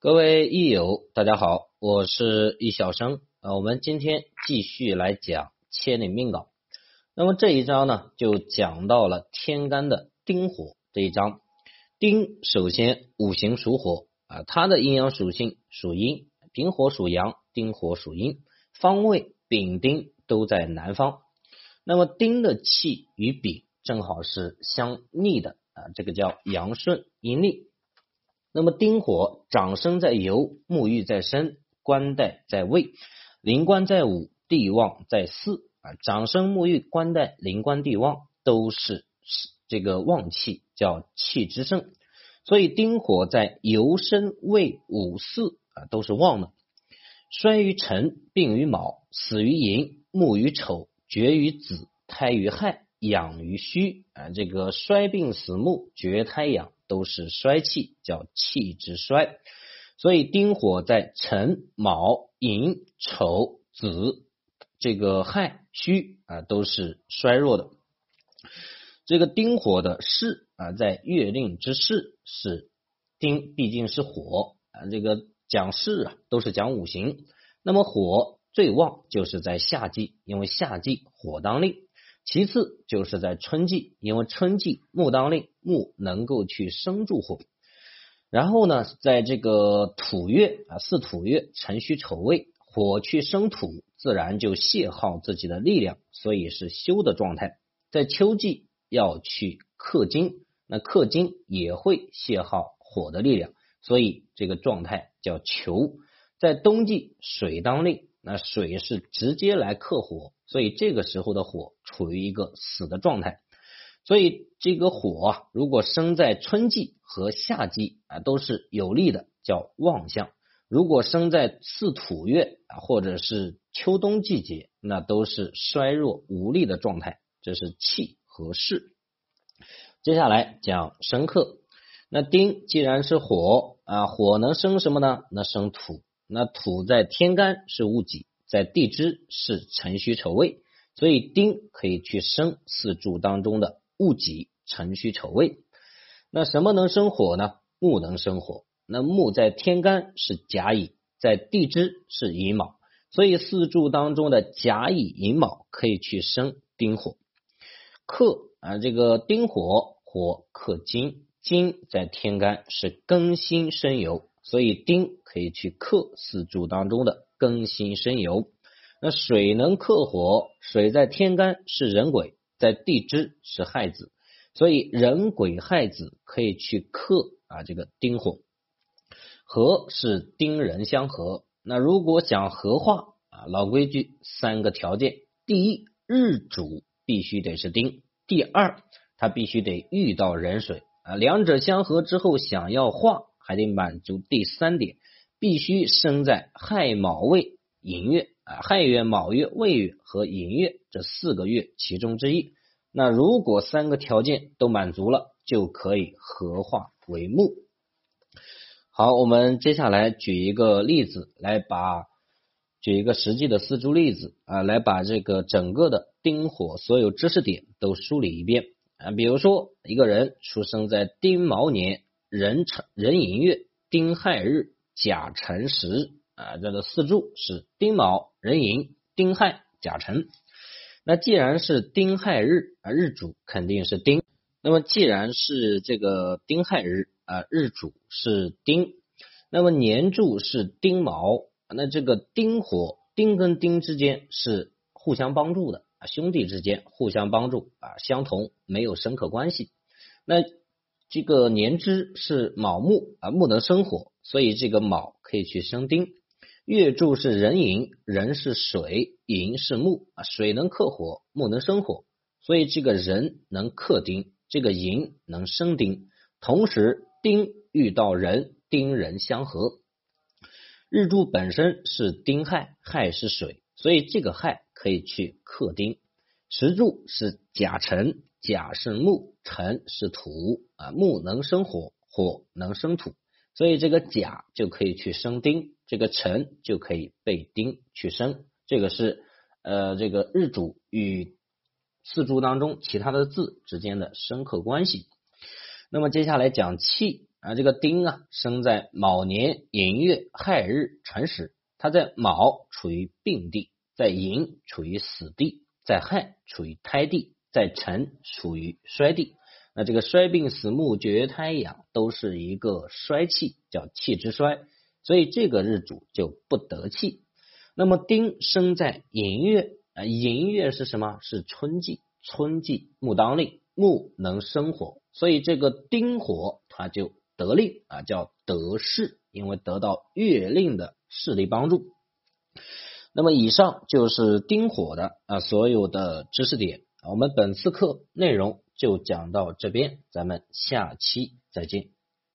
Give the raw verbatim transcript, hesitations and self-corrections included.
各位益友，大家好，我是易小生啊。我们今天继续来讲千里命稿。那么这一章呢，就讲到了天干的丁火这一章。丁首先五行属火啊，它的阴阳属性属阴，丙火属阳，丁火属阴，方位丙丁都在南方。那么丁的气与丙正好是相逆的啊，这个叫阳顺阴逆。那么丁火长生在酉，沐浴在申，官带在未，临官在午，地旺在巳啊。长生沐浴官带临官地旺都是这个旺气，叫气之盛。所以丁火在酉申未午巳啊都是旺的。衰于辰，病于卯，死于寅，木于丑，绝于子，胎于亥，养于戌啊。这个衰病死木，绝胎养都是衰气，叫气之衰。所以丁火在辰、卯、寅、丑、子，这个亥、戌啊都是衰弱的。这个丁火的巳啊，在月令之巳是丁，毕竟是火啊，这个讲巳啊都是讲五行。那么火最旺就是在夏季，因为夏季火当令。其次就是在春季，因为春季木当令，木能够去生住火。然后呢，在这个土月啊，巳土月辰戌丑未，火去生土，自然就泄耗自己的力量，所以是休的状态。在秋季要去克金，那克金也会泄耗火的力量，所以这个状态叫囚。在冬季水当令，那水是直接来克火，所以这个时候的火处于一个死的状态。所以这个火啊，如果生在春季和夏季啊，都是有利的，叫旺相。如果生在巳土月啊，或者是秋冬季节，那都是衰弱无力的状态，这是气和势。接下来讲生克。那丁既然是火啊，火能生什么呢？那生土。那土在天干是戊己，在地支是辰戌丑未，所以丁可以去生四柱当中的戊己、辰戌丑未。那什么能生火呢？木能生火。那木在天干是甲乙，在地支是寅卯，所以四柱当中的甲乙寅卯可以去生丁火。克啊，这个丁火，火克金，金在天干是庚辛申酉，所以丁可以去克四柱当中的庚辛申酉。那水能克火，水在天干是壬癸，在地支是亥子，所以壬癸亥子可以去克啊这个丁火。合是丁壬相合，那如果想合化啊，老规矩三个条件：第一，日主必须得是丁；第二，它必须得遇到壬水啊，两者相合之后想要化，还得满足第三点，必须生在亥卯未寅月啊，亥月、卯月、未月和寅月这四个月其中之一。那如果三个条件都满足了，就可以合化为木。好，我们接下来举一个例子，来把举一个实际的四柱例子啊，来把这个整个的丁火所有知识点都梳理一遍啊。比如说，一个人出生在丁卯年壬辰壬寅月丁亥日甲辰时啊，这个四柱是丁卯、壬寅、丁亥、甲辰。那既然是丁亥日啊，日主肯定是丁。那么既然是这个丁亥日啊，日主是丁，那么年柱是丁卯，那这个丁火，丁跟丁之间是互相帮助的，兄弟之间互相帮助啊，相同，没有生克关系。那这个年支是卯木啊，木能生火，所以这个卯可以去生丁。月柱是壬寅，壬是水，寅是木啊，水能克火，木能生火，所以这个壬能克丁，这个寅能生丁，同时丁遇到壬，丁壬相合。日柱本身是丁亥，亥是水，所以这个亥可以去克丁。时柱是甲辰，甲是木，辰是土啊，木能生火，火能生土，所以这个甲就可以去生丁，这个辰就可以被丁去生。这个是呃这个日主与四柱当中其他的字之间的生克关系。那么接下来讲气啊，这个丁啊生在卯年寅月亥日辰时，它在卯处于病地，在寅处于死地，在亥处于胎地，在辰处于衰地。那这个衰病死木绝胎养都是一个衰气，叫气之衰，所以这个日主就不得气。那么丁生在寅月啊，寅月是什么？是春季，春季木当令，木能生火，所以这个丁火它就得令啊，叫得势，因为得到月令的势力帮助。那么以上就是丁火的啊所有的知识点，我们本次课内容就讲到这边，咱们下期再见。